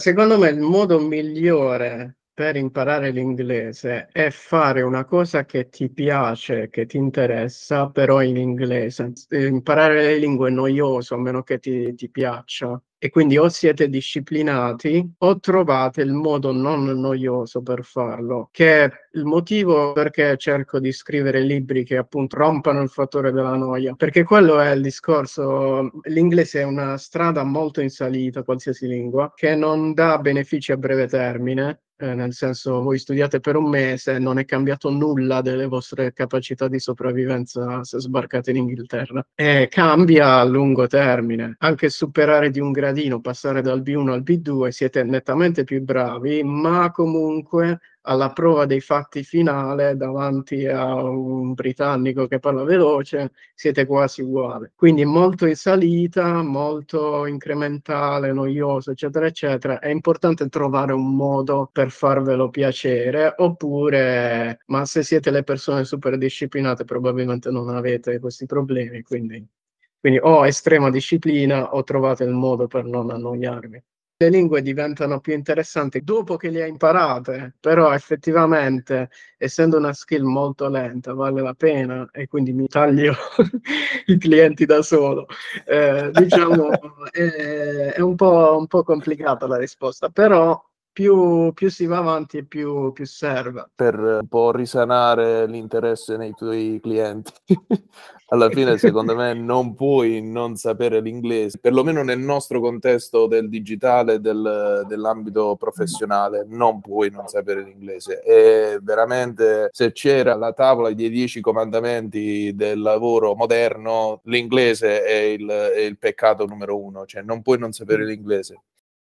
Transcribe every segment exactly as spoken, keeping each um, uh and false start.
Secondo me il modo migliore per imparare l'inglese è fare una cosa che ti piace, che ti interessa, però in inglese. S ehm, imparare le lingue è noioso a meno che ti ti piaccia e quindi o siete disciplinati o trovate il modo non noioso per farlo, che è il motivo perché cerco di scrivere libri che appunto rompano il fattore della noia, perché quello è il discorso. L'inglese è una strada molto in salita, qualsiasi lingua, che non dà benefici a breve termine, ehm, nel senso voi studiate per un mese, non è cambiato nulla delle vostre capacità di sopravvivenza se sbarcate in Inghilterra. E cambia a lungo termine. Anche superare di un gradino, passare dal B uno al B due, siete nettamente più bravi, ma comunque alla prova dei fatti finale, davanti a un britannico che parla veloce, siete quasi uguali. Quindi molto in salita, molto incrementale, noioso, eccetera, eccetera. È importante trovare un modo per farvelo piacere, oppure, ma se siete le persone super disciplinate probabilmente non avete questi problemi, quindi quindi o estrema disciplina o trovate il modo per non annoiarvi. Le lingue diventano più interessanti dopo che le hai imparate, però effettivamente, essendo una skill molto lenta, vale la pena e quindi mi taglio i clienti da solo. Ehm, diciamo è è un po' un po' complicata la risposta, però più più si va avanti e più più serve. Per un po' risanare l'interesse nei tuoi clienti. Alla fine, secondo me, non puoi non sapere l'inglese, perlomeno nel nostro contesto del digitale, del, dell'ambito professionale, non puoi non sapere l'inglese. E veramente, se c'era la tavola dei dieci comandamenti del lavoro moderno, l'inglese è il, è il peccato numero uno, cioè non puoi non sapere l'inglese.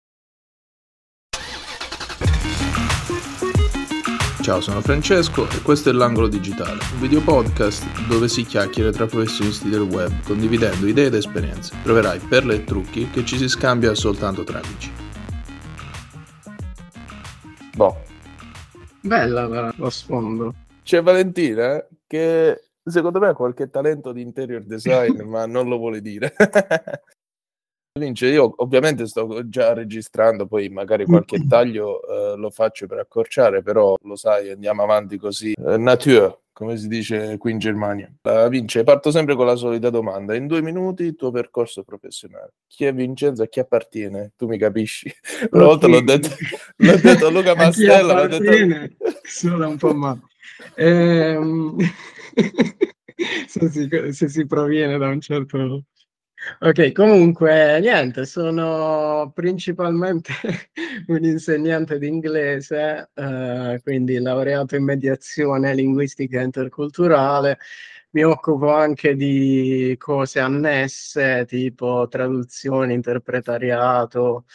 Ciao, sono Francesco e questo è l'Angolo Digitale, un video podcast dove si chiacchiera tra professionisti del web, condividendo idee ed esperienze. Troverai perle e trucchi che ci si scambia soltanto tra amici. Boh. Bella lo sfondo. C'è Valentina che secondo me ha qualche talento di interior design, ma non lo vuole dire. Vince, io ovviamente sto già registrando, poi magari qualche taglio eh, lo faccio per accorciare, però lo sai, andiamo avanti così. Eh, nature, come si dice qui in Germania. Uh, Vince, parto sempre con la solita domanda. In due minuti il tuo percorso professionale. Chi è Vincenzo? A chi appartiene? Tu mi capisci? Una volta l'ho detto, l'ho detto a Luca Mastella, l'ho detto... Suona un po' male. Ehm, se, si, se si proviene da un certo... Ok, comunque niente, sono principalmente un insegnante di inglese, eh, quindi laureato in mediazione linguistica interculturale. Mi occupo anche di cose annesse, tipo traduzione, interpretariato,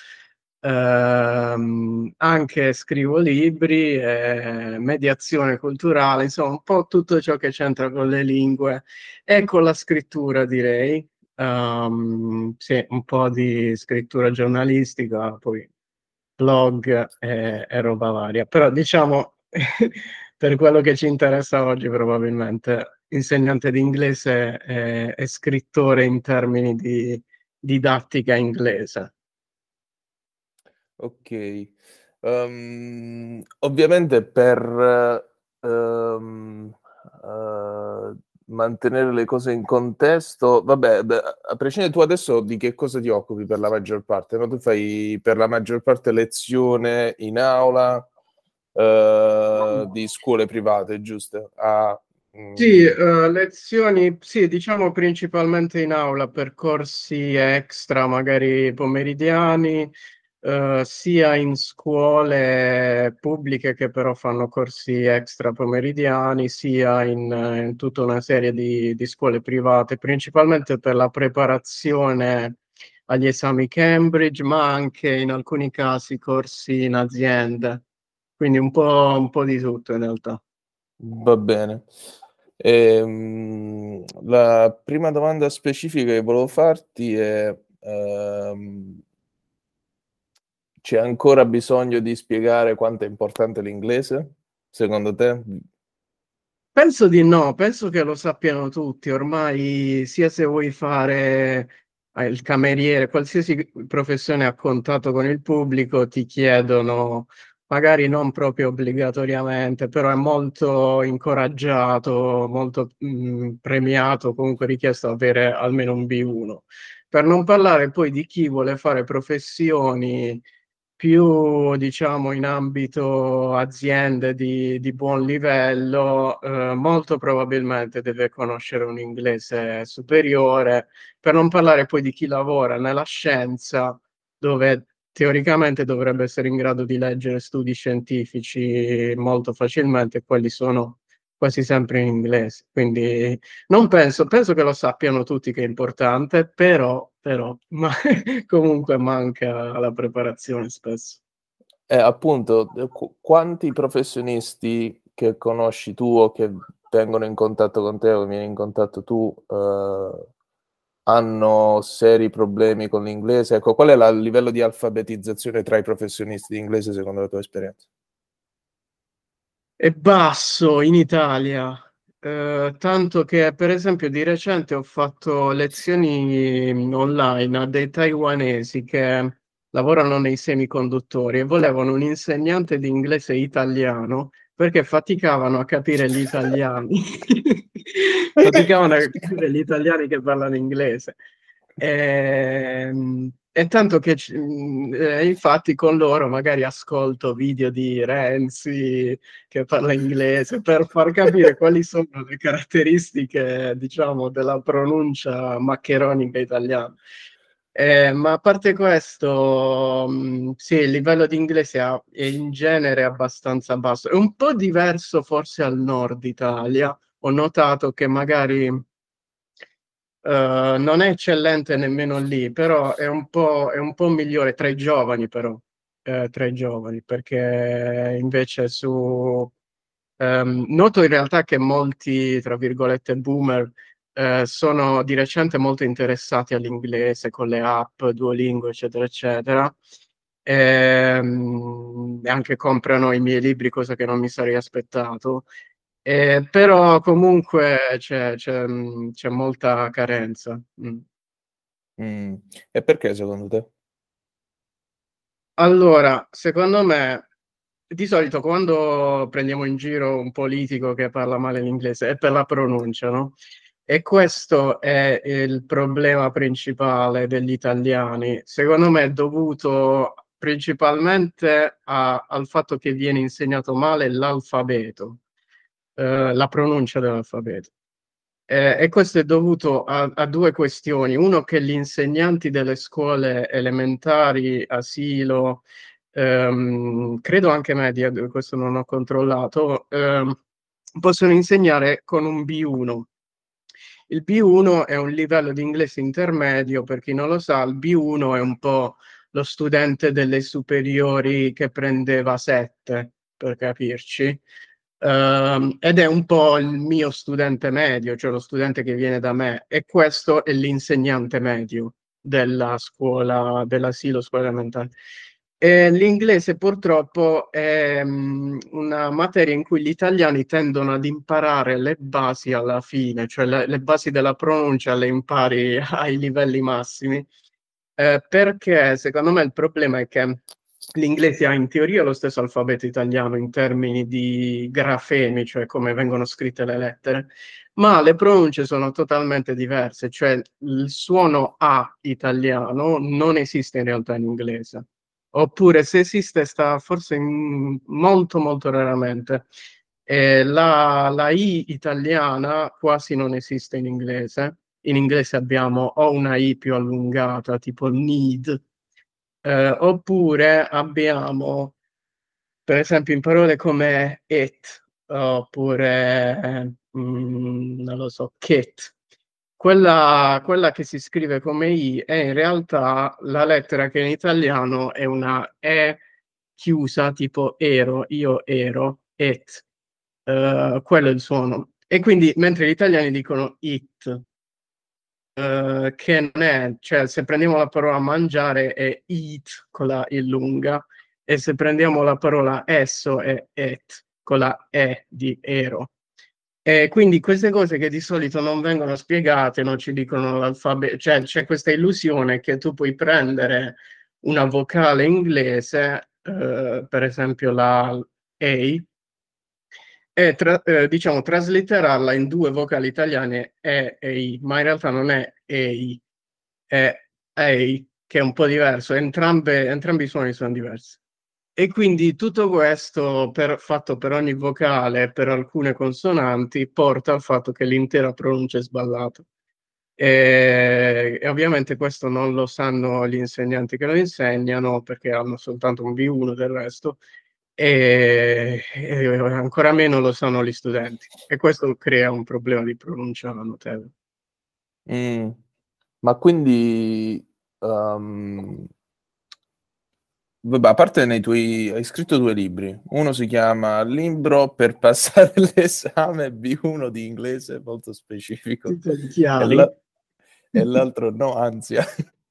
ehm, anche scrivo libri, eh, mediazione culturale, insomma un po' tutto ciò che c'entra con le lingue e con la scrittura, direi. Um, sì, un po' di scrittura giornalistica, poi blog e, e roba varia. Però diciamo, per quello che ci interessa oggi, probabilmente insegnante di inglese e, e scrittore in termini di didattica inglese. Ok. Um, ovviamente per um, uh, mantenere le cose in contesto, vabbè, beh, a prescindere, tu adesso di che cosa ti occupi per la maggior parte? No? Tu fai per la maggior parte lezione in aula uh, di scuole private, giusto? Ah, Sì, uh, lezioni, sì, diciamo principalmente in aula, percorsi extra, magari pomeridiani, uh, sia in scuole pubbliche che però fanno corsi extra pomeridiani, sia in, in tutta una serie di, di scuole private, principalmente per la preparazione agli esami Cambridge, ma anche in alcuni casi corsi in aziende, quindi un po', un po' di tutto in realtà. va bene. Ehm, la prima domanda specifica che volevo farti è: ehm, c'è ancora bisogno di spiegare quanto è importante l'inglese, secondo te? Penso di no, penso che lo sappiano tutti, ormai sia se vuoi fare il cameriere, qualsiasi professione a contatto con il pubblico ti chiedono, magari non proprio obbligatoriamente, però è molto incoraggiato, molto mh, premiato, comunque richiesto avere almeno un B uno. Per non parlare poi di chi vuole fare professioni più, diciamo, in ambito aziende di, di buon livello, eh, molto probabilmente deve conoscere un inglese superiore, per non parlare poi di chi lavora nella scienza, dove teoricamente dovrebbe essere in grado di leggere studi scientifici molto facilmente, e quelli sono quasi sempre in inglese. Quindi non penso, penso che lo sappiano tutti che è importante, però, però ma comunque manca la preparazione spesso. Eh, appunto, eh, qu- quanti professionisti che conosci tu o che vengono in contatto con te o vieni in contatto tu eh, hanno seri problemi con l'inglese? Ecco, qual è la- il livello di alfabetizzazione tra i professionisti di inglese secondo la tua esperienza? È basso in Italia, eh, tanto che per esempio di recente ho fatto lezioni online a dei taiwanesi che lavorano nei semiconduttori e volevano un insegnante di inglese italiano perché faticavano a capire gli italiani, faticavano a capire gli italiani che parlano inglese. E, e tanto che c- mh, eh, infatti con loro magari ascolto video di Renzi che parla inglese per far capire quali sono le caratteristiche, diciamo, della pronuncia maccheronica italiana. Eh, ma a parte questo, mh, sì, il livello di inglese ha- è in genere abbastanza basso. È un po' diverso forse al nord Italia. Ho notato che magari eh, non è eccellente nemmeno lì, però è un po', è un po' migliore tra i giovani, però, eh, tra i giovani, perché invece su... ehm, noto in realtà che molti, tra virgolette, boomer eh, sono di recente molto interessati all'inglese con le app, Duolingo, eccetera, eccetera. Ehm, E anche comprano i miei libri, cosa che non mi sarei aspettato. Eh, però comunque c'è c'è, mh, c'è molta carenza. Mm. Mm. E perché secondo te? Allora, secondo me, di solito quando prendiamo in giro un politico che parla male l'inglese è per la pronuncia, no? E questo è il problema principale degli italiani. Secondo me è dovuto principalmente a- al fatto che viene insegnato male l'alfabeto, eh, la pronuncia dell'alfabeto. Eh, e questo è dovuto a, a due questioni. Uno, che gli insegnanti delle scuole elementari, asilo, ehm, credo anche media, questo non ho controllato, ehm, possono insegnare con un B uno. Il B uno è un livello di inglese intermedio, per chi non lo sa, il B uno è un po' lo studente delle superiori che prendeva sette, per capirci. Ehm, ed è un po' il mio studente medio, cioè lo studente che viene da me, e questo è l'insegnante medio della scuola, dell'asilo scuola elementare. E l'inglese purtroppo è mm, una materia in cui gli italiani tendono ad imparare le basi alla fine, cioè le, le basi della pronuncia le impari ai livelli massimi, eh, perché secondo me il problema è che l'inglese ha in teoria lo stesso alfabeto italiano in termini di grafemi, cioè come vengono scritte le lettere, ma le pronunce sono totalmente diverse, cioè il suono A italiano non esiste in realtà in inglese, oppure se esiste sta forse in- molto molto raramente. E la, la I italiana quasi non esiste in inglese. In inglese abbiamo o una I più allungata, tipo need, eh, oppure abbiamo, per esempio, in parole come it, oppure, eh, mm, non lo so, kit. Quella, quella che si scrive come I è in realtà la lettera che in italiano è una E chiusa, tipo ero, io ero, it. Eh, quello è il suono. E quindi, mentre gli italiani dicono it, eh, che non è, cioè se prendiamo la parola mangiare è eat con la I lunga, e se prendiamo la parola esso è et con la E di ero. E quindi queste cose che di solito non vengono spiegate, non ci dicono l'alfabeto, cioè c'è questa illusione che tu puoi prendere una vocale inglese, eh, per esempio la A, e tra- eh, diciamo traslitterarla in due vocali italiane E e I, ma in realtà non è EI, è EI, che è un po' diverso, entrambe, entrambi i suoni sono diversi. E quindi tutto questo per, fatto per ogni vocale e per alcune consonanti porta al fatto che l'intera pronuncia è sballata. E, e ovviamente questo non lo sanno gli insegnanti che lo insegnano perché hanno soltanto un B uno del resto e, e ancora meno lo sanno gli studenti e questo crea un problema di pronuncia notevole. Mh. Ma quindi, uhm vabbè, a parte nei tuoi hai scritto due libri. Uno si chiama "Libro per passare l'esame B uno di inglese", molto specifico, Titoli e chiari. la e l'altro "No ansia".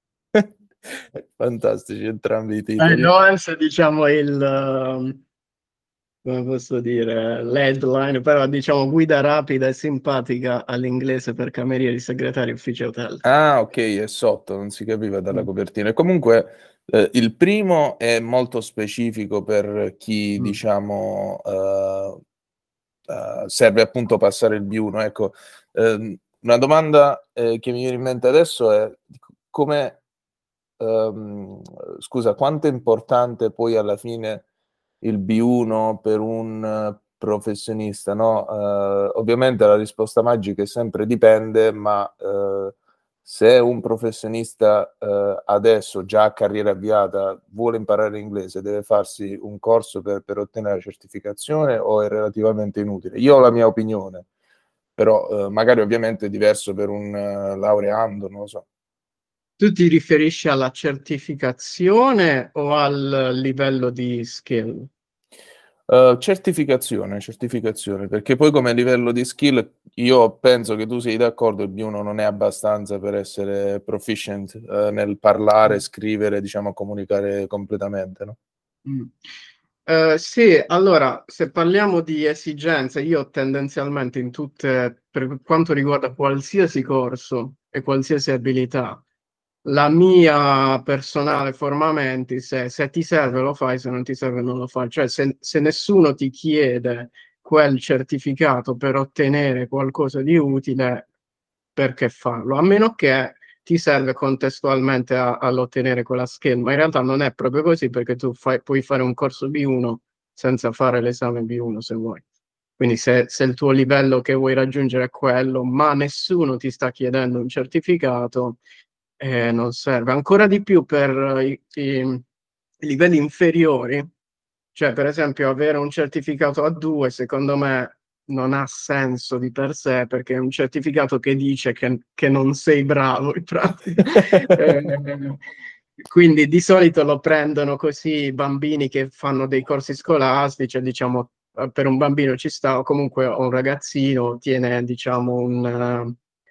Fantastici entrambi i Eh, titoli. Noens diciamo il, um, come posso dire, l'headline, però diciamo guida rapida e simpatica all'inglese per camerieri, segretari, uffici hotel. Ah, okay, è sotto, non si capiva dalla Mm. copertina. E comunque, ehm, il primo è molto specifico per chi Mm. diciamo, uhm, uhm, serve appunto passare il B uno. Ecco, ehm, una domanda, ehm, che mi viene in mente adesso è c come uhm, scusa, quanto è importante poi alla fine il B uno per un professionista, no, uhm, ovviamente la risposta magica è sempre dipende, ma, uhm, se un professionista, uhm, adesso già a carriera avviata vuole imparare l'inglese, deve farsi un corso per per ottenere la certificazione o è relativamente inutile? Io ho la mia opinione, però, uhm, magari ovviamente è diverso per un laureando, non lo so. Tu ti riferisci alla certificazione o al livello di skill? Uhm, certificazione, certificazione, perché poi come livello di skill io penso che tu sei d'accordo, il B uno non è abbastanza per essere proficient, uhm, nel parlare, Mh. scrivere, diciamo comunicare completamente, no? Mh. Ehm, sì, allora se parliamo di esigenze, io tendenzialmente in tutte per quanto riguarda qualsiasi corso e qualsiasi abilità, la mia personale forma mentis è: se ti serve lo fai, se non ti serve non lo fai. Cioè se se nessuno ti chiede quel certificato per ottenere qualcosa di utile, perché farlo? A meno che ti serve contestualmente a all'ottenere quella skill, ma in realtà non è proprio così perché tu fai puoi fare un corso B uno senza fare l'esame B uno se vuoi. Quindi se se il tuo livello che vuoi raggiungere è quello, ma nessuno ti sta chiedendo un certificato, eh, non serve. Ancora di più per i i i livelli inferiori, cioè per esempio avere un certificato A due secondo me non ha senso di per sé, perché è un certificato che dice che che non sei bravo in pratica. Ehm, quindi di solito lo prendono così i bambini che fanno dei corsi scolastici e diciamo, uhm, per un bambino ci sta o comunque o un ragazzino ottiene diciamo un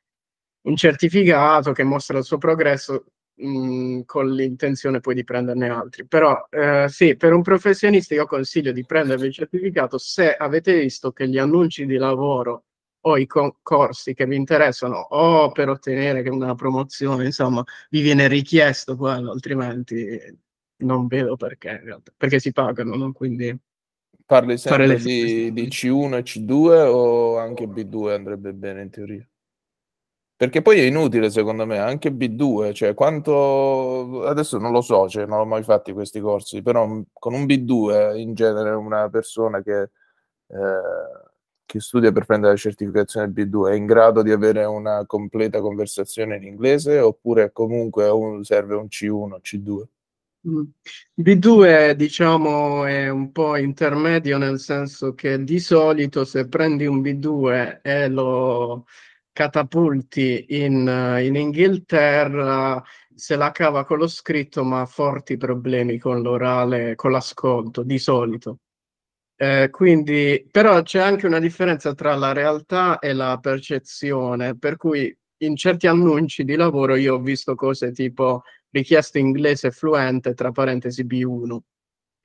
un certificato che mostra il suo progresso, mhmm, con l'intenzione poi di prenderne altri. Però, ehm, sì, per un professionista io consiglio di prendervi il certificato se avete visto che gli annunci di lavoro o i concorsi che vi interessano o per ottenere che una promozione, insomma, vi viene richiesto quello, altrimenti non vedo perché in realtà, perché si pagano, no, quindi Parli fare le sempre di di formazioni. C uno e C due o anche B due andrebbe bene in teoria? Perché poi è inutile secondo me, anche B due, cioè quanto adesso non lo so, cioè non l'ho mai fatti questi corsi, però, mhmm, con un B due in genere una persona che ehm, che studia per prendere la certificazione B due è in grado di avere una completa conversazione in inglese, oppure comunque a un serve un C uno, C due? Mh. B due diciamo è un po' intermedio, nel senso che di solito se prendi un B due e lo catapulti in in Inghilterra, se la cava con lo scritto, ma ha forti problemi con l'orale, con l'ascolto, di solito. Ehm, quindi però c'è anche una differenza tra la realtà e la percezione, per cui in certi annunci di lavoro io ho visto cose tipo: "Richiesto inglese fluente", tra parentesi B uno.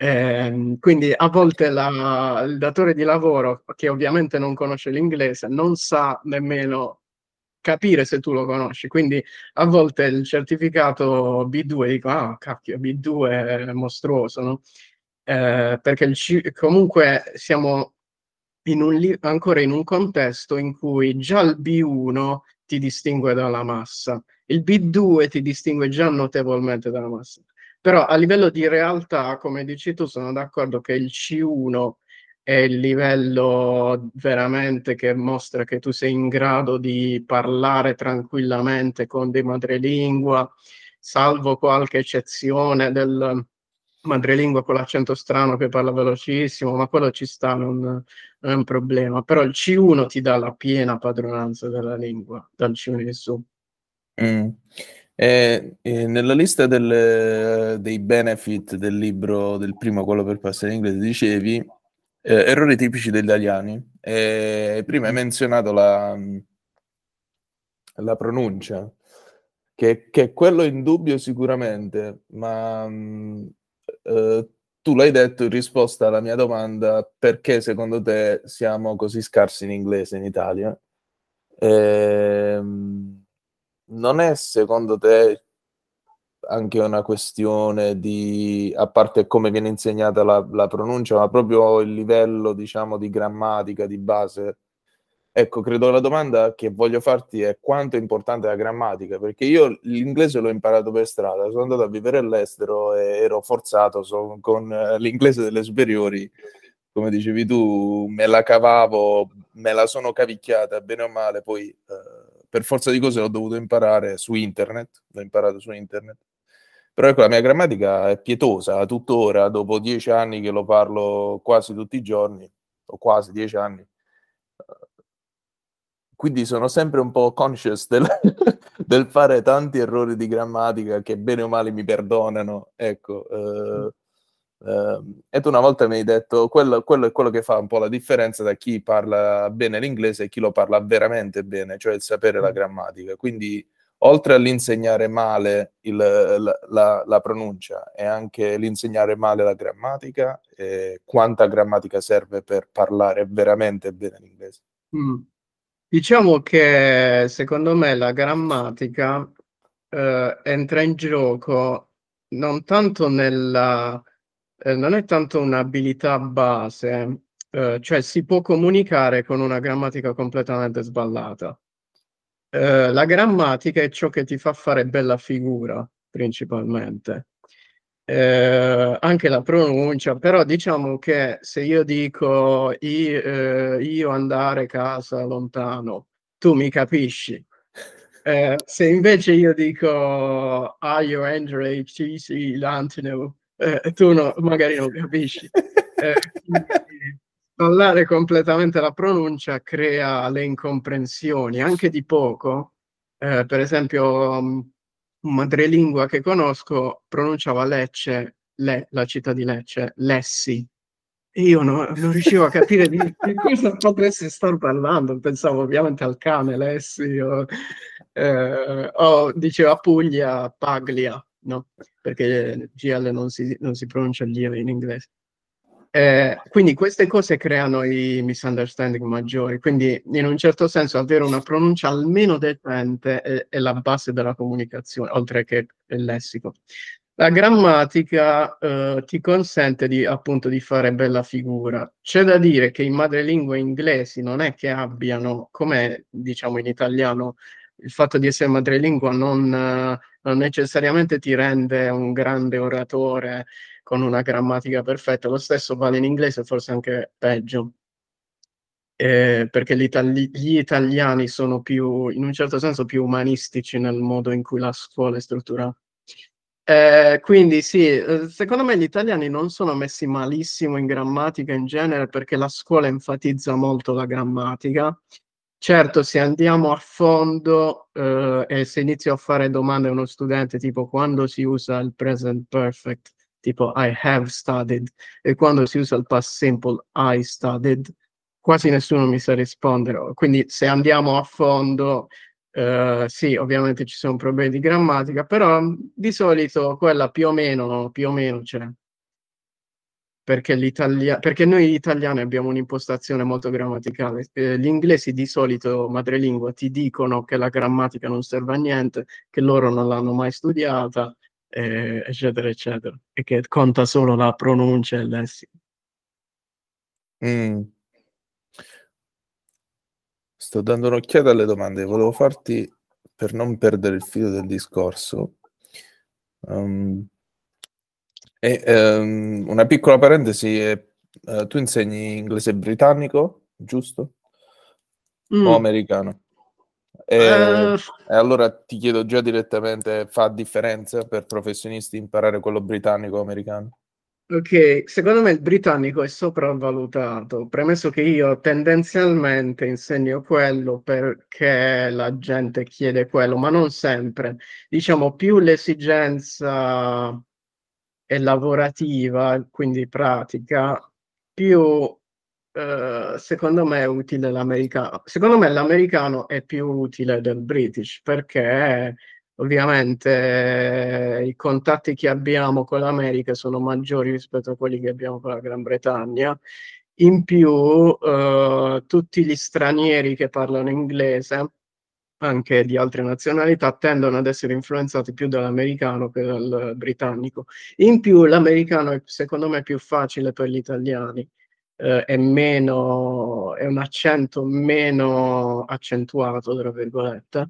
Ehm, quindi a volte la il datore di lavoro, che ovviamente non conosce l'inglese, non sa nemmeno capire se tu lo conosci. Quindi a volte il certificato B due dico: "Ah, cacchio, B due è mostruoso", no, ehm, perché il C comunque siamo in un li ancora in un contesto in cui già il B uno ti distingue dalla massa. Il B due ti distingue già notevolmente dalla massa. Però a livello di realtà, come dici tu, sono d'accordo che il C uno è il livello veramente che mostra che tu sei in grado di parlare tranquillamente con dei madrelingua, salvo qualche eccezione del madrelingua con l'accento strano che parla velocissimo, ma quello ci sta, non non è un problema. Però il C uno ti dà la piena padronanza della lingua, dal C uno in su. Mh. E, ehm, nella lista del dei benefit del libro, del primo, quello per passare in inglese, dicevi, ehm, errori tipici degli italiani. Ehm, prima hai Mh. menzionato la mhmm la pronuncia, che che quello è indubbio sicuramente, ma, mhmm, uhm, tu l'hai detto in risposta alla mia domanda: perché secondo te siamo così scarsi in inglese in Italia? Ehm, non è secondo te anche una questione di, a parte come viene insegnata la la pronuncia, ma proprio il livello, diciamo, di grammatica di base? Ecco, credo la domanda che voglio farti è: quanto è importante la grammatica? Perché io l'inglese l'ho imparato per strada, sono andato a vivere all'estero e ero forzato, so con l'inglese delle superiori, come dicevi tu, me la cavavo, me la sono cavicchiata bene o male, poi, ehm, per forza di cose l'ho dovuto imparare su internet, l'ho imparato su internet. Però ecco, la mia grammatica è pietosa tuttora, dopo dieci anni che lo parlo quasi tutti i giorni, o quasi dieci anni. Uhm quindi sono sempre un po' conscious del del fare tanti errori di grammatica che bene o male mi perdonano, ecco. Mh. Uhm, uhm, e tu una volta mi hai detto: "Quello quello è quello che fa un po' la differenza da chi parla bene l'inglese e chi lo parla veramente bene, cioè il sapere la Mh. grammatica". Quindi, oltre all'insegnare male il l la la pronuncia, e anche l'insegnare male la grammatica, ehm, quanta grammatica serve per parlare veramente bene l'inglese? Mh. Diciamo che secondo me la grammatica, uhm, entra in gioco non tanto nella ehm, non è tanto un'abilità base, uhm, cioè si può comunicare con una grammatica completamente sballata. Uhm, la grammatica è ciò che ti fa fare bella figura, principalmente. Ehm, anche la pronuncia, però diciamo che se io dico i ehm, io andare casa lontano, tu mi capisci. Ehm, se invece io dico aio Andre ci si lantano, eh, tu no magari non capisci. Ehm, quindi sballare completamente la pronuncia crea le incomprensioni, anche di poco. Ehm, per esempio, mhmm, un madrelingua che conosco pronunciava Lecce, le la città di Lecce, Lessi. E io no non riuscivo a capire di di cosa potesse star parlando, pensavo ovviamente al cane Lessi o ehm, o diceva Puglia, Paglia, no, perché G L non si non si pronuncia gl in inglese. Ehm, quindi queste cose creano i misunderstanding maggiori, quindi in un certo senso avere una pronuncia almeno decente è è la base della comunicazione, oltre che il lessico. La grammatica, uhm, ti consente di appunto, di fare bella figura. C'è da dire che i madrelingua inglesi non è che abbiano, come diciamo in italiano, il fatto di essere madrelingua non non necessariamente ti rende un grande oratore con una grammatica perfetta, lo stesso vale in inglese, forse anche peggio. Ehm, perché l'itali gli italiani sono più in un certo senso più umanistici nel modo in cui la scuola è struttura ehm, quindi sì, uhm, secondo me gli italiani non sono messi malissimo in grammatica in genere, perché la scuola enfatizza molto la grammatica. Certo, se andiamo a fondo, uhm, e se inizio a fare domande a uno studente tipo: "Quando si usa il present perfect?" Tipo: "I have studied." E quando si usa il past simple: "I studied." Quasi nessuno mi sa rispondere. O quindi se andiamo a fondo, uhm, sì, ovviamente ci sono problemi di grammatica, però di solito quella più o meno più o meno c'è. perché, l'italia- perché noi italiani abbiamo un'impostazione molto grammaticale. Eh, gli inglesi di solito, madrelingua, ti dicono che la grammatica non serve a niente, che loro non l'hanno mai studiata, eh, eccetera, eccetera, e che conta solo la pronuncia e il lessico. Mm. Sto dando un'occhiata alle domande. Volevo farti, per non perdere il filo del discorso, um, e, um, una piccola parentesi. È, uh, tu insegni inglese britannico, giusto? O Mm. americano? E, Eh, e allora ti chiedo già direttamente, fa differenza per professionisti imparare quello britannico o americano? Ok, secondo me il britannico è sopravvalutato, premesso che io tendenzialmente insegno quello perché la gente chiede quello, ma non sempre. Diciamo, più l'esigenza è lavorativa, quindi pratica, più eh, secondo me è utile l'americano. Secondo me l'americano è più utile del British perché ovviamente eh, i contatti che abbiamo con l'America sono maggiori rispetto a quelli che abbiamo con la Gran Bretagna. In più, eh, tutti gli stranieri che parlano inglese, anche di altre nazionalità, tendono ad essere influenzati più dall'americano che dal britannico. In più, l'americano è secondo me più facile per gli italiani, eh, è meno, è un accento meno accentuato, tra virgolette.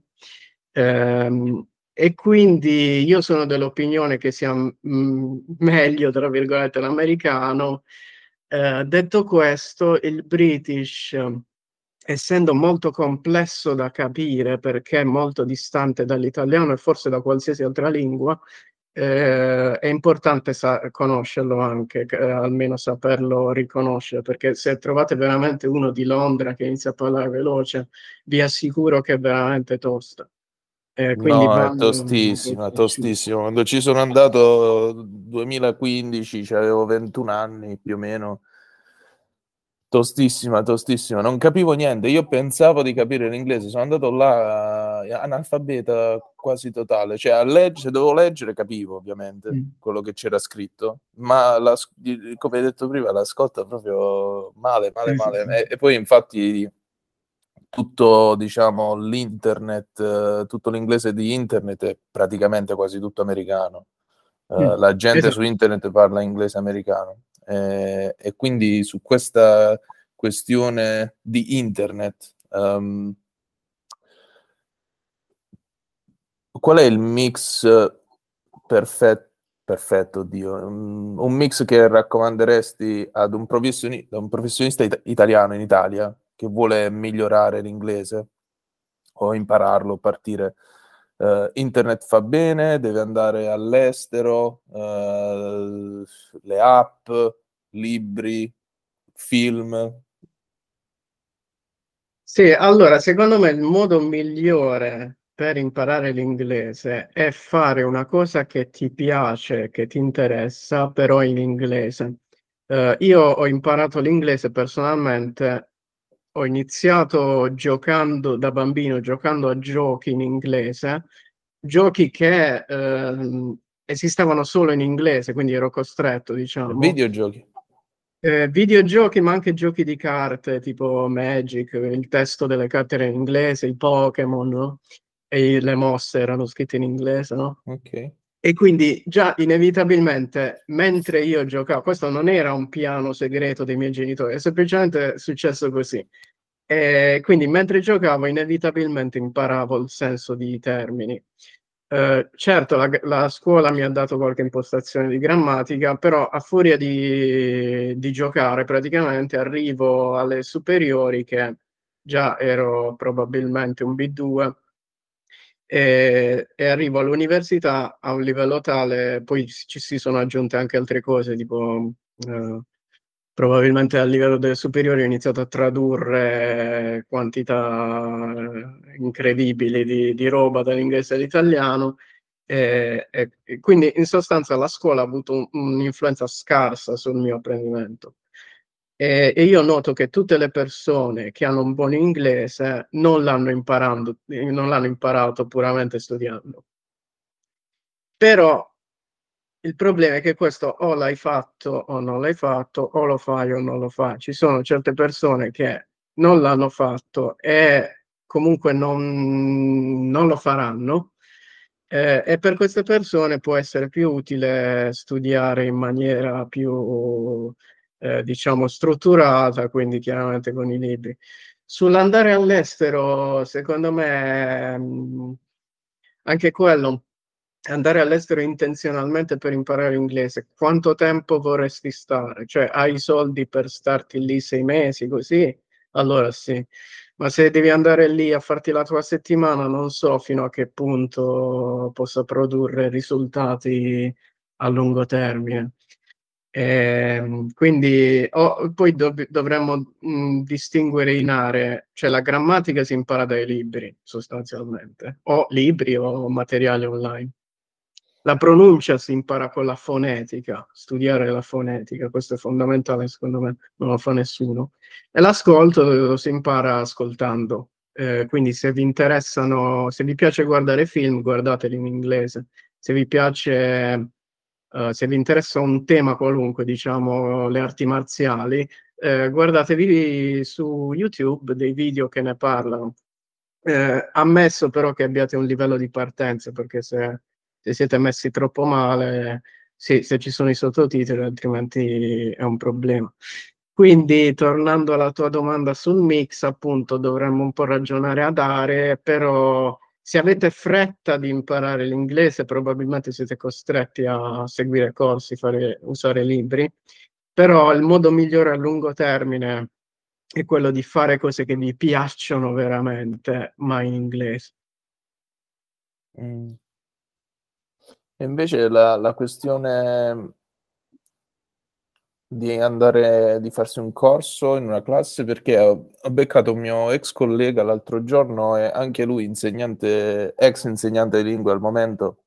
Ehm, e quindi io sono dell'opinione che sia mh, meglio, tra virgolette, l'americano. Eh, detto questo, il British, essendo molto complesso da capire perché è molto distante dall'italiano e forse da qualsiasi altra lingua, eh, è importante sa- conoscerlo anche, eh, almeno saperlo riconoscere, perché se trovate veramente uno di Londra che inizia a parlare veloce, vi assicuro che è veramente tosta. Eh, quindi No, va è tostissima, è tostissima. Quando ci sono andato duemilaquindici, cioè avevo ventuno anni più o meno. Tostissima, tostissima, non capivo niente. Io pensavo di capire l'inglese, sono andato là eh, analfabeta quasi totale, cioè a leggere, se dovevo leggere capivo ovviamente Mm. quello che c'era scritto, ma la- come hai detto prima, l'ascolto proprio male, male, Sì, sì, male. sì. E, e poi infatti tutto, diciamo, l'internet, eh, tutto l'inglese di internet è praticamente quasi tutto americano. Eh, Mm. la gente su Esatto. internet parla inglese americano. Eh, e quindi su questa questione di internet, ehm, qual è il mix perfetto? Perfetto, Dio. Un, un mix che raccomanderesti ad un professioni- a un professionista it- italiano in Italia che vuole migliorare l'inglese o impararlo, partire? Eh, internet fa bene, deve andare all'estero, eh, le app, libri, film. Sì, allora, secondo me il modo migliore per imparare l'inglese è fare una cosa che ti piace, che ti interessa, però in inglese. Eh, io ho imparato l'inglese personalmente, ho iniziato giocando da bambino, giocando a giochi in inglese, giochi che ehm, esistevano solo in inglese, quindi ero costretto, diciamo. Videogiochi. Eh, videogiochi, ma anche giochi di carte, tipo Magic, il testo delle carte era in inglese, i Pokémon, no? E le mosse erano scritte in inglese, no? Ok. E quindi già inevitabilmente, mentre io giocavo, questo non era un piano segreto dei miei genitori, è semplicemente successo così. E quindi mentre giocavo, inevitabilmente imparavo il senso di termini. Eh, certo, la, la scuola mi ha dato qualche impostazione di grammatica, però a furia di, di giocare praticamente arrivo alle superiori che già ero probabilmente un B due e, e arrivo all'università a un livello tale, poi ci si sono aggiunte anche altre cose, tipo eh, probabilmente a livello delle superiori ho iniziato a tradurre quantità eh, incredibili di, di roba dall'inglese all'italiano. E, e- e quindi in sostanza la scuola ha avuto un- un'influenza scarsa sul mio apprendimento. E, e io noto che tutte le persone che hanno un buon inglese non l'hanno imparando, non l'hanno imparato puramente studiando. Però Il problema è che questo o l'hai fatto o non l'hai fatto, o lo fai o non lo fai. Ci sono certe persone che non l'hanno fatto e comunque non non lo faranno, ehm, e per queste persone può essere più utile studiare in maniera più, ehm, diciamo strutturata, quindi chiaramente con i libri. Sull'andare all'estero secondo me, mhmm, anche quello andare all'estero intenzionalmente per imparare inglese, quanto tempo vorresti stare? Cioè, hai i soldi per starti lì sei mesi così, allora sì. Ma se devi andare lì a farti la tua settimana, non so fino a che punto possa produrre risultati a lungo termine. Ehm, quindi o poi dov dovremmo, mhmm, distinguere in aree, cioè la grammatica si impara dai libri sostanzialmente, o libri o materiale online. La pronuncia si impara con la fonetica, studiare la fonetica, questo è fondamentale secondo me, non lo fa nessuno. E l'ascolto lo si impara ascoltando. Ehm, quindi se vi interessano se vi piace guardare film, guardateli in inglese. Se vi piace uhm, se vi interessa un tema qualunque, diciamo le arti marziali, ehm, guardatevi su YouTube dei video che ne parlano. Ehm, ammesso però che abbiate un livello di partenza, perché se se siete messi troppo male sì, se ci sono i sottotitoli, altrimenti è un problema. Quindi, tornando alla tua domanda sul mix, appunto, dovremmo un po' ragionare ad aree, però se avete fretta di imparare l'inglese, probabilmente siete costretti a seguire corsi, fare usare libri, però il modo migliore a lungo termine è quello di fare cose che vi piacciono veramente, ma in inglese. Mh. E invece la la questione di andare di farsi un corso in una classe, perché ho ho beccato un mio ex collega l'altro giorno e anche lui insegnante ex insegnante di lingue al momento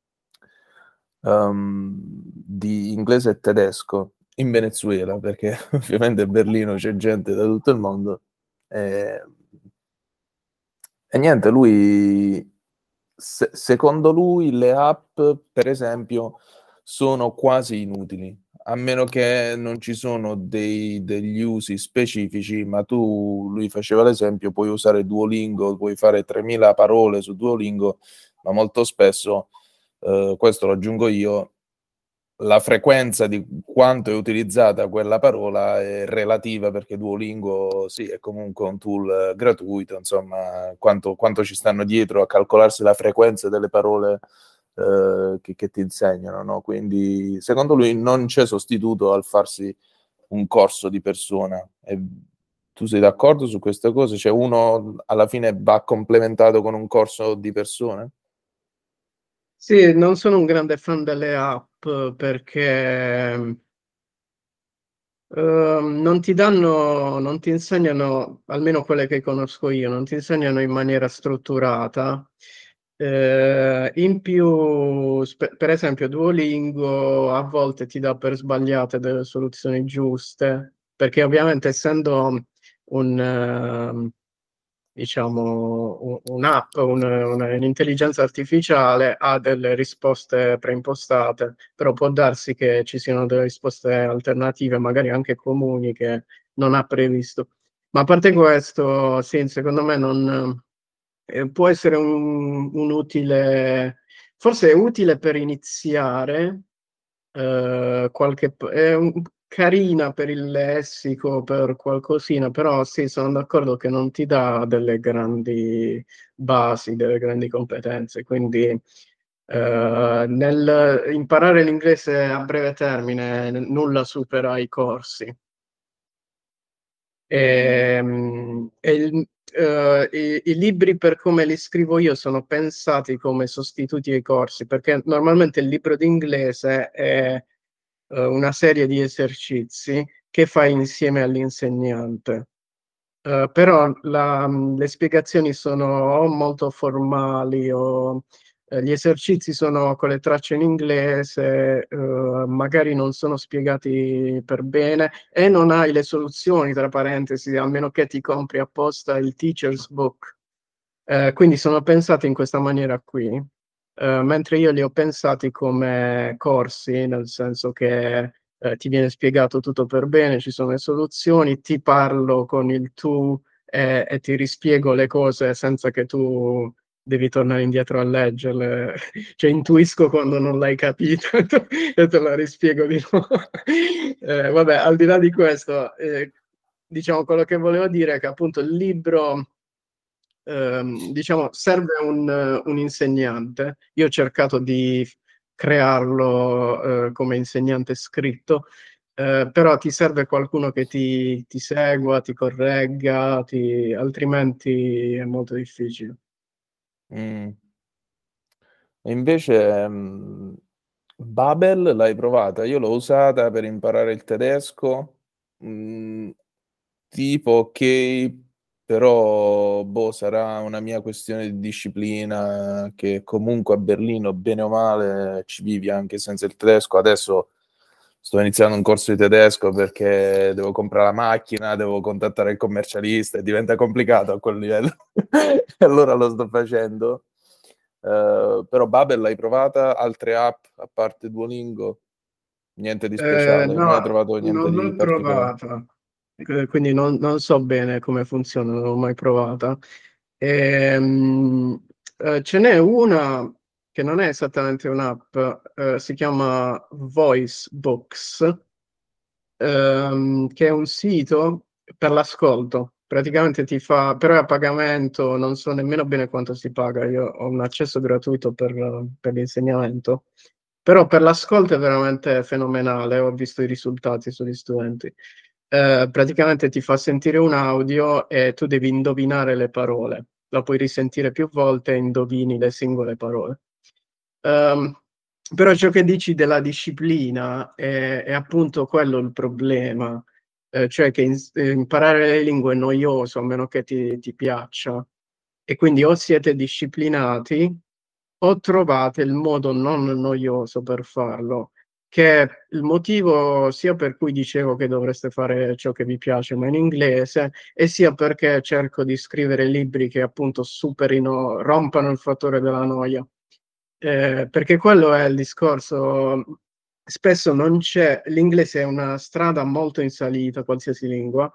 uhm, di inglese e tedesco in Venezuela, perché ovviamente a Berlino c'è gente da tutto il mondo. Ehm e niente, lui se secondo lui le app, per esempio, sono quasi inutili, a meno che non ci sono dei degli usi specifici, ma tu lui faceva l'esempio, puoi usare Duolingo, puoi fare tremila parole su Duolingo, ma molto spesso, uhm, questo lo aggiungo io, la frequenza di quanto è utilizzata quella parola è relativa, perché Duolingo sì, è comunque un tool gratuito, insomma, quanto quanto ci stanno dietro a calcolarsi la frequenza delle parole, uhm, che che ti insegnano, no, quindi secondo lui non c'è sostituto al farsi un corso di persona. E tu sei d'accordo su questa cosa? Cioè uno alla fine va complementato con un corso di persona? Sì, non sono un grande fan delle app perché uhm, non ti danno non ti insegnano, almeno quelle che conosco io, non ti insegnano in maniera strutturata. Ehm, in più spe per esempio Duolingo a volte ti dà per sbagliate delle soluzioni giuste, perché ovviamente essendo un diciamo u un'app, un un un'intelligenza artificiale ha delle risposte preimpostate, però può darsi che ci siano delle risposte alternative, magari anche comuni, che non ha previsto. Ma a parte questo, sì, secondo me non ehm, può essere un un utile forse è utile per iniziare, uhm, qualche p è un carina per il lessico, per qualcosina, però sì, sono d'accordo che non ti dà delle grandi basi, delle grandi competenze, quindi, uhm, nel imparare l'inglese a breve termine n nulla supera i corsi. Ehm, e il m uhm, i i libri per come li scrivo io sono pensati come sostituti ai corsi, perché normalmente il libro d'inglese è, uhm, una serie di esercizi che fai insieme all'insegnante. Uhm, però la mhmm, le spiegazioni sono o molto formali o, ehm, gli esercizi sono con le tracce in inglese, uhm, magari non sono spiegati per bene e non hai le soluzioni tra parentesi, a meno che ti compri apposta il teacher's book. Ehm, quindi sono pensati in questa maniera qui. eh, mentre io li ho pensati come corsi, nel senso che eh, ti viene spiegato tutto per bene, ci sono le soluzioni, ti parlo con il tu e, e ti rispiego le cose senza che tu devi tornare indietro a leggerle, cioè intuisco quando non l'hai capito e te la rispiego di nuovo. Eh, vabbè, al di là di questo, eh, diciamo, quello che volevo dire è che appunto il libro, ehm, diciamo, serve un, un insegnante. Io ho cercato di crearlo, eh, come insegnante scritto, eh, però ti serve qualcuno che ti, ti segua, ti corregga, ti- altrimenti è molto difficile. Mm. E invece mh, Babel l'hai provata? Io l'ho usata per imparare il tedesco, mh, tipo ok, però boh, sarà una mia questione di disciplina che comunque a Berlino, bene o male, ci vivi anche senza il tedesco. Adesso sto iniziando un corso di tedesco perché devo comprare la macchina, devo contattare il commercialista e diventa complicato a quel livello. E allora lo sto facendo. Uh, però Babel l'hai provata? Altre app a parte Duolingo? Niente di Eh, speciale? Non hai no, trovato niente non di l'ho particolare? provata. Eh, quindi non, non so bene come funziona, non l'ho mai provata. Ehm, eh, ce n'è una che non è esattamente un'app, eh, si chiama VoiceBox, ehm, che è un sito per l'ascolto. Praticamente ti fa, però è a pagamento, non so nemmeno bene quanto si paga. Io ho un accesso gratuito per, per l'insegnamento, però per l'ascolto è veramente fenomenale. Ho visto i risultati sugli studenti. Eh, praticamente ti fa sentire un audio e tu devi indovinare le parole. La puoi risentire più volte e indovini le singole parole. Ehm, però ciò che dici della disciplina è, è appunto quello il problema, eh, cioè che in- eh, imparare le lingue è noioso a meno che ti, ti piaccia, e quindi o siete disciplinati o trovate il modo non noioso per farlo, che è il motivo sia per cui dicevo che dovreste fare ciò che vi piace ma in inglese, e sia perché cerco di scrivere libri che appunto superino, rompano il fattore della noia. Eh, perché quello è il discorso. Spesso non c'è, l'inglese è una strada molto in salita, qualsiasi lingua,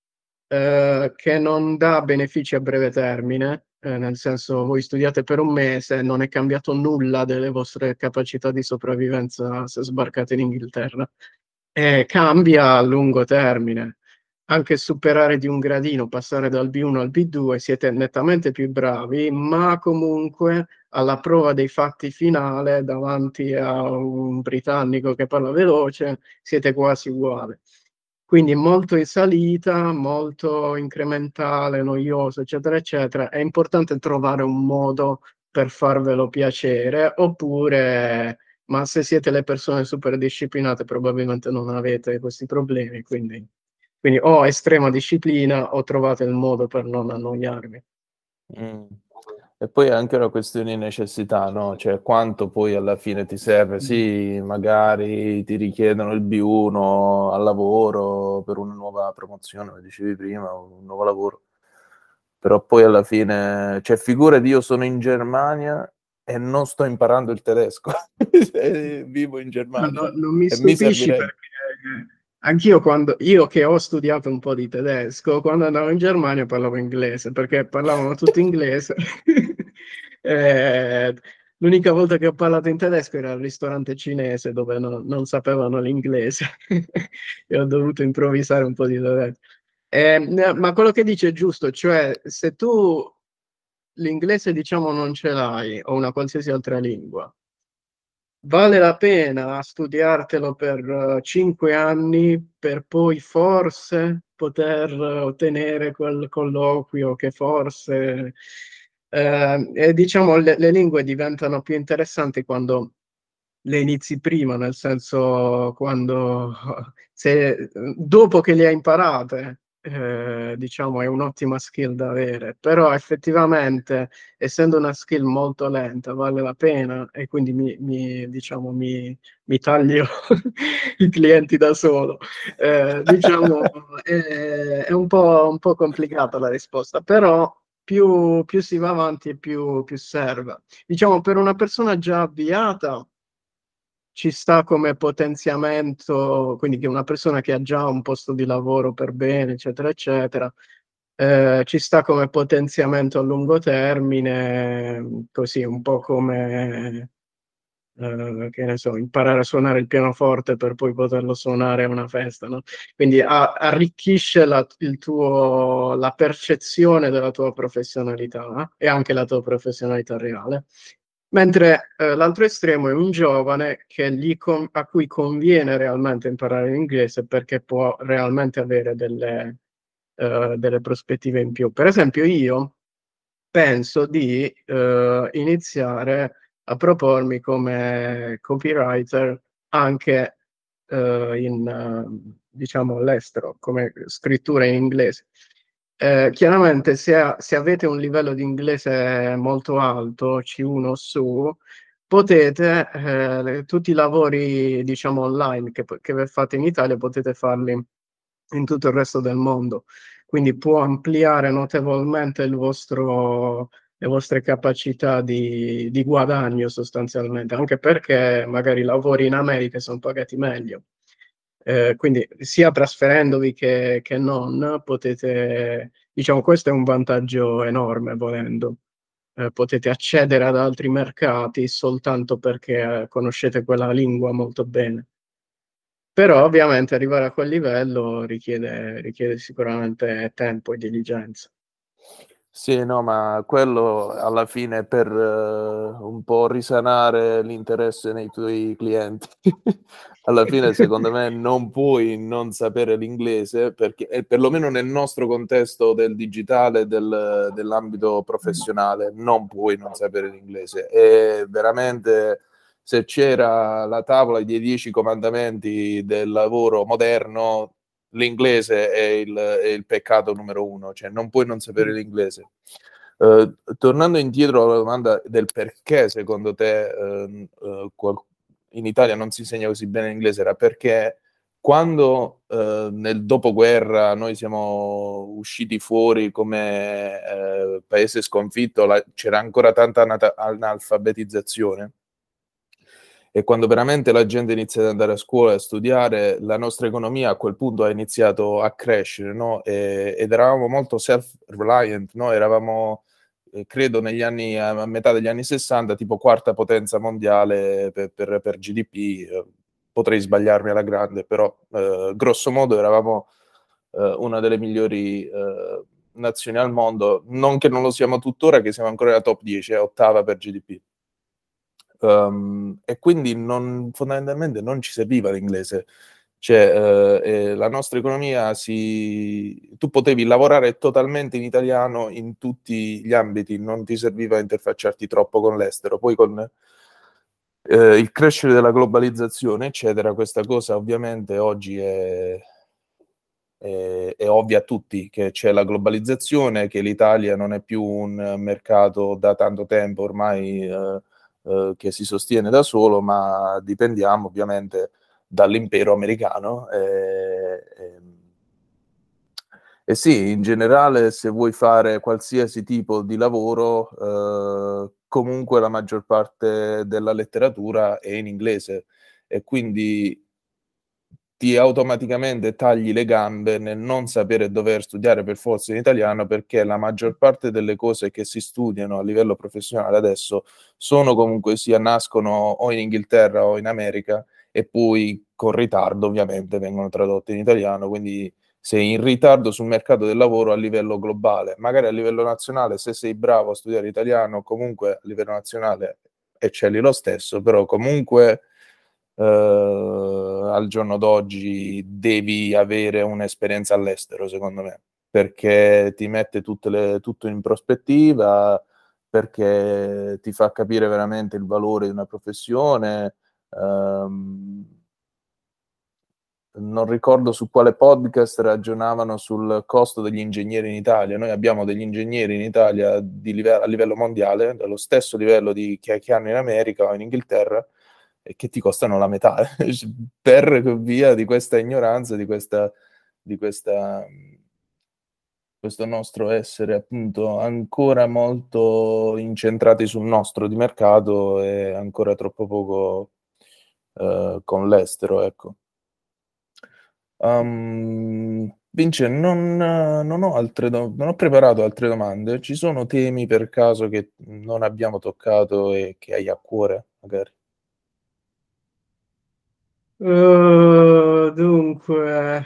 eh, che non dà benefici a breve termine, eh, nel senso voi studiate per un mese, non è cambiato nulla delle vostre capacità di sopravvivenza se sbarcate in Inghilterra, e cambia a lungo termine. Anche superare di un gradino, passare dal B uno al B due, siete nettamente più bravi, ma comunque alla prova dei fatti finale, davanti a un britannico che parla veloce, siete quasi uguali. Quindi molto in salita, molto incrementale, noioso, eccetera, eccetera. È importante trovare un modo per farvelo piacere, oppure, ma se siete le persone super disciplinate, probabilmente non avete questi problemi, quindi, quindi o estrema disciplina o trovate il modo per non annoiarvi. Mm. E poi è anche una questione di necessità, no? Cioè quanto poi alla fine ti serve? Sì, magari ti richiedono il B uno al lavoro per una nuova promozione, come dicevi prima, un nuovo lavoro. Però poi alla fine, cioè figurati, io sono in Germania e non sto imparando il tedesco. Vivo in No, Germania no, non mi e mi stupisci servirebbe. perché anch'io quando, io che ho studiato un po' di tedesco, quando andavo in Germania parlavo inglese, perché parlavano tutti inglese. Eh, l'unica volta che ho parlato in tedesco era al ristorante cinese dove no- non sapevano l'inglese e ho dovuto improvvisare un po' di tedesco. Eh, ma quello che dice è giusto, cioè se tu l'inglese diciamo non ce l'hai o una qualsiasi altra lingua, vale la pena studiartelo per eh, cinque anni per poi forse poter eh, ottenere quel colloquio che forse, eh, e diciamo le, le lingue diventano più interessanti quando le inizi prima, nel senso quando se, dopo che le hai imparate, eh, diciamo è un'ottima skill da avere, però effettivamente essendo una skill molto lenta vale la pena, e quindi mi, mi, diciamo, mi, mi taglio i clienti da solo. Eh, diciamo è, è un po', un po' complicata la risposta, però più, più si va avanti e più, più serve. Diciamo, per una persona già avviata ci sta come potenziamento, quindi che una persona che ha già un posto di lavoro per bene, eccetera, eccetera, eh, ci sta come potenziamento a lungo termine, così un po' come, eh, che ne so, imparare a suonare il pianoforte per poi poterlo suonare a una festa, no? Quindi a- arricchisce la, il tuo, la percezione della tua professionalità e anche la tua professionalità reale. Mentre eh, l'altro estremo è un giovane che gli con- a cui conviene realmente imparare l'inglese perché può realmente avere delle, eh, delle prospettive in più. Per esempio, io penso di eh, iniziare a propormi come copywriter anche eh, in, eh, diciamo, all'estero, come scrittura in inglese. Eh, chiaramente se, ha- se avete un livello di inglese molto alto, C uno su, potete, eh, tutti i lavori, diciamo, online che, che fate in Italia, potete farli in tutto il resto del mondo. Quindi può ampliare notevolmente il vostro, le vostre capacità di, di guadagno sostanzialmente, anche perché magari i lavori in America sono pagati meglio. Eh, quindi sia trasferendovi che, che non, potete, diciamo, questo è un vantaggio enorme volendo. Eh, potete accedere ad altri mercati soltanto perché eh, conoscete quella lingua molto bene. Però ovviamente arrivare a quel livello richiede, richiede sicuramente tempo e diligenza. Sì, no, ma quello alla fine per eh, un po' risanare l'interesse nei tuoi clienti. Alla fine, secondo me, non puoi non sapere l'inglese, perché e perlomeno nel nostro contesto del digitale, del, dell'ambito professionale, non puoi non sapere l'inglese. E veramente, se c'era la tavola dei dieci comandamenti del lavoro moderno, l'inglese è il, è il peccato numero uno, cioè non puoi non sapere l'inglese. Uh, tornando indietro alla domanda del perché secondo te uh, uh, qual- in Italia non si insegna così bene l'inglese, era perché quando uh, nel dopoguerra noi siamo usciti fuori come uh, paese sconfitto, la, c'era ancora tanta anata- analfabetizzazione, e quando veramente la gente inizia ad andare a scuola e a studiare, la nostra economia a quel punto ha iniziato a crescere, no? E, ed eravamo molto self-reliant, no? Eravamo, eh, credo, negli anni, a metà degli anni sessanta, tipo quarta potenza mondiale per, per, per G D P. Eh, potrei sbagliarmi alla grande, però eh, grosso modo eravamo eh, una delle migliori eh, nazioni al mondo, non che non lo siamo tuttora, che siamo ancora nella top dieci, è ottava per G D P. Um, e quindi non, fondamentalmente non ci serviva l'inglese, cioè eh, la nostra economia si... tu potevi lavorare totalmente in italiano in tutti gli ambiti, non ti serviva interfacciarti troppo con l'estero. Poi con eh, il crescere della globalizzazione, eccetera, questa cosa ovviamente oggi è, è, è ovvia a tutti, che c'è la globalizzazione, che l'Italia non è più un mercato da tanto tempo ormai eh, eh, che si sostiene da solo, ma dipendiamo ovviamente dall'impero americano. E, e, e sì, in generale, se vuoi fare qualsiasi tipo di lavoro, eh, comunque la maggior parte della letteratura è in inglese, e quindi ti automaticamente tagli le gambe nel non sapere dover studiare per forza in italiano, perché la maggior parte delle cose che si studiano a livello professionale adesso sono comunque sia nascono o in Inghilterra o in America, e poi con ritardo ovviamente vengono tradotte in italiano, quindi sei in ritardo sul mercato del lavoro a livello globale. Magari a livello nazionale, se sei bravo a studiare italiano, comunque a livello nazionale eccelli lo stesso, però comunque eh, al giorno d'oggi devi avere un'esperienza all'estero, secondo me, perché ti mette tutte le, tutto in prospettiva, perché ti fa capire veramente il valore di una professione. Um, non ricordo su quale podcast ragionavano sul costo degli ingegneri in Italia. Noi abbiamo degli ingegneri in Italia di livello, a livello mondiale, dello stesso livello di, che, che hanno in America o in Inghilterra, e che ti costano la metà per via di questa ignoranza, di questa, di questa questo nostro essere appunto ancora molto incentrati sul nostro di mercato e ancora troppo poco uh, con l'estero, ecco. Um, Vince, non, non ho altre do- non ho preparato altre domande. Ci sono temi per caso che non abbiamo toccato e che hai a cuore, magari? Uh, dunque,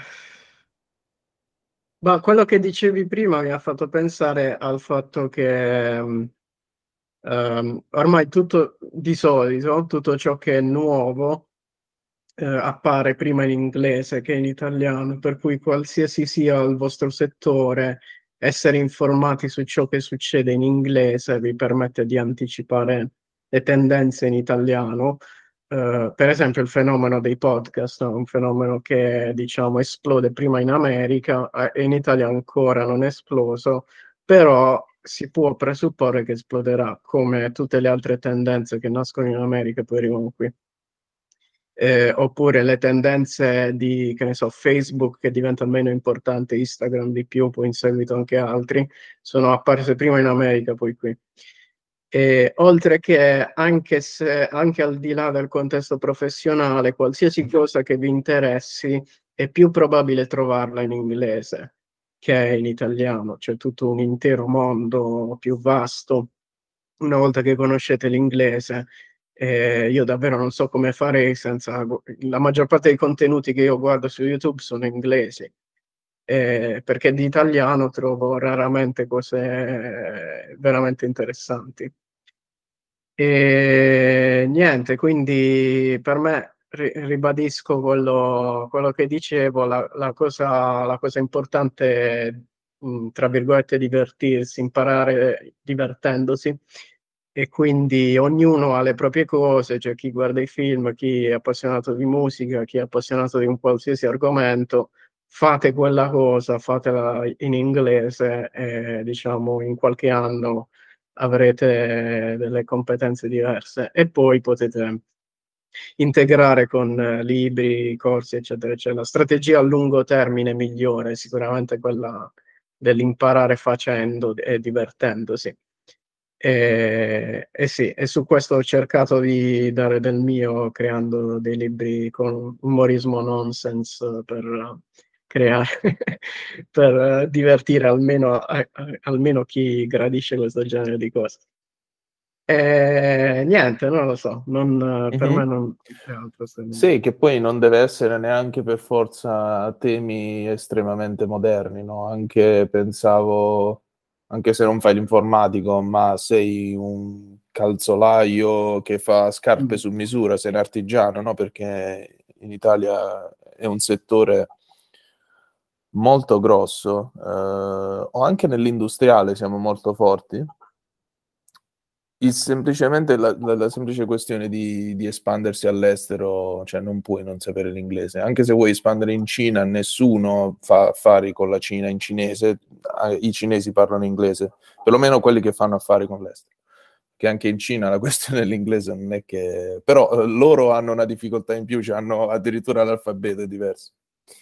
ma quello che dicevi prima mi ha fatto pensare al fatto che um, um, ormai tutto di solito, tutto ciò che è nuovo eh, appare prima in inglese che in italiano, per cui qualsiasi sia il vostro settore, essere informati su ciò che succede in inglese vi permette di anticipare le tendenze in italiano. Uh, per esempio il fenomeno dei podcast, no? Un fenomeno che diciamo esplode prima in America eh, e in Italia ancora non è esploso, però si può presupporre che esploderà come tutte le altre tendenze che nascono in America e poi arrivano qui. Eh, oppure le tendenze di, che ne so, Facebook che diventa meno importante, Instagram di più, poi in seguito anche altri, sono apparse prima in America, poi qui. E, oltre che anche, se, anche al di là del contesto professionale, qualsiasi cosa che vi interessi, è più probabile trovarla in inglese che in italiano. C'è tutto un intero mondo più vasto una volta che conoscete l'inglese. Eh, io davvero non so come fare senza... La maggior parte dei contenuti che io guardo su YouTube sono inglesi, eh, perché di italiano trovo raramente cose veramente interessanti. E niente, quindi per me ri- ribadisco quello, quello che dicevo, la, la cosa, la cosa importante è, mh, tra virgolette, divertirsi, imparare divertendosi e quindi ognuno ha le proprie cose, c'è chi guarda i film, chi è appassionato di musica, chi è appassionato di un qualsiasi argomento, fate quella cosa, fatela in inglese e diciamo in qualche anno avrete delle competenze diverse e poi potete integrare con eh, libri, corsi, eccetera, eccetera. La strategia a lungo termine migliore è sicuramente quella dell'imparare facendo e divertendosi. E, e sì, e su questo ho cercato di dare del mio creando dei libri con umorismo nonsense per creare, per eh, divertire almeno, eh, eh, almeno chi gradisce questo genere di cose. E niente, non lo so, non, per me Mhm. non c'è altro se non... Sì, che poi non deve essere neanche per forza temi estremamente moderni, no? Anche pensavo, anche se non fai l'informatico, ma sei un calzolaio che fa scarpe Mm. su misura, sei un artigiano, no? Perché in Italia è un settore molto grosso, eh, o anche nell'industriale siamo molto forti. Il semplicemente la, la- la semplice questione di, di espandersi all'estero, cioè non puoi non sapere l'inglese. Anche se vuoi espandere in Cina, nessuno fa affari con la Cina in cinese, eh, i cinesi parlano inglese, perlomeno quelli che fanno affari con l'estero. Che anche in Cina la questione dell'inglese non è che... Però eh, loro hanno una difficoltà in più, cioè hanno addirittura l'alfabeto diverso.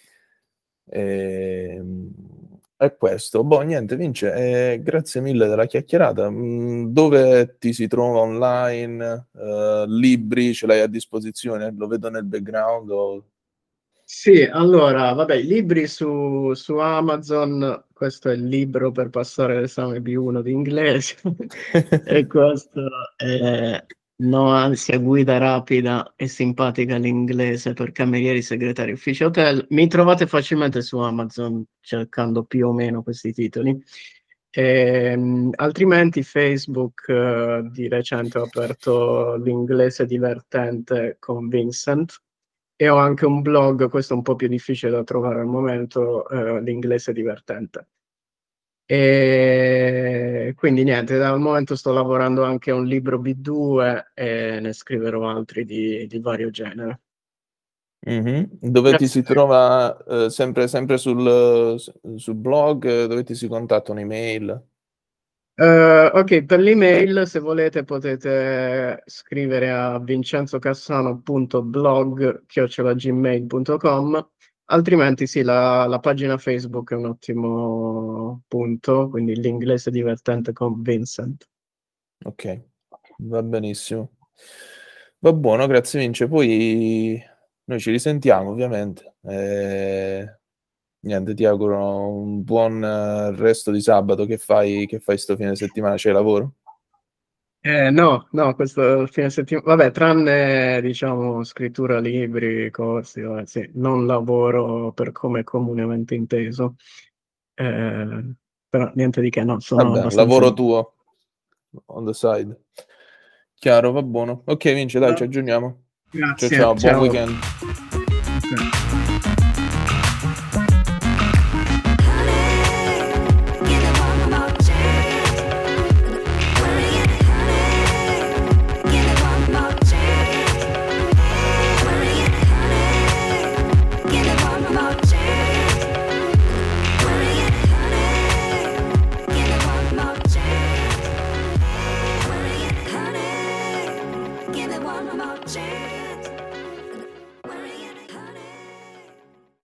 E, è questo. Boh, niente, Vince, eh, grazie mille della chiacchierata. Mm, dove ti si trova online? Eh, libri ce l'hai a disposizione? Lo vedo nel background? O... Sì, allora, vabbè, i libri su, su Amazon, questo è il libro per passare l'esame B uno di inglese e questo è No ansia, guida rapida e simpatica all'inglese per camerieri, segretari, uffici hotel. Mi trovate facilmente su Amazon cercando più o meno questi titoli. Ehm, altrimenti Facebook, eh, di recente ho aperto l'inglese divertente con Vincent e ho anche un blog, questo è un po' più difficile da trovare al momento, eh, l'inglese divertente. E quindi niente, dal momento sto lavorando anche a un libro B due e ne scriverò altri di, di vario genere. Mhm. Dove ti si Grazie. trova eh, sempre, sempre sul, sul blog, eh, dove ti si contatta un'email? Eh, ok, per l'email, se volete, potete scrivere a vincenzocassano punto blog chiocciola gmail punto com. altrimenti sì, la, la pagina Facebook è un ottimo punto, quindi l'inglese divertente con Vincent. Ok, va benissimo. Va buono, grazie Vince. Poi noi ci risentiamo ovviamente. E... Niente, ti auguro un buon eh, resto di sabato. Che fai, che fai sto fine settimana? C'è lavoro? Eh, no, no, questo fine settimana, vabbè, tranne diciamo scrittura libri, corsi, vabbè, sì, non lavoro per come è comunemente inteso. Eh, però niente di che, no, sono Vabbè, abbastanza lavoro libero. tuo on the side. Chiaro, va buono. Ok, Vince, dai, ci No, aggiorniamo. Ciao grazie, ciao, buon ciao. weekend. Ok.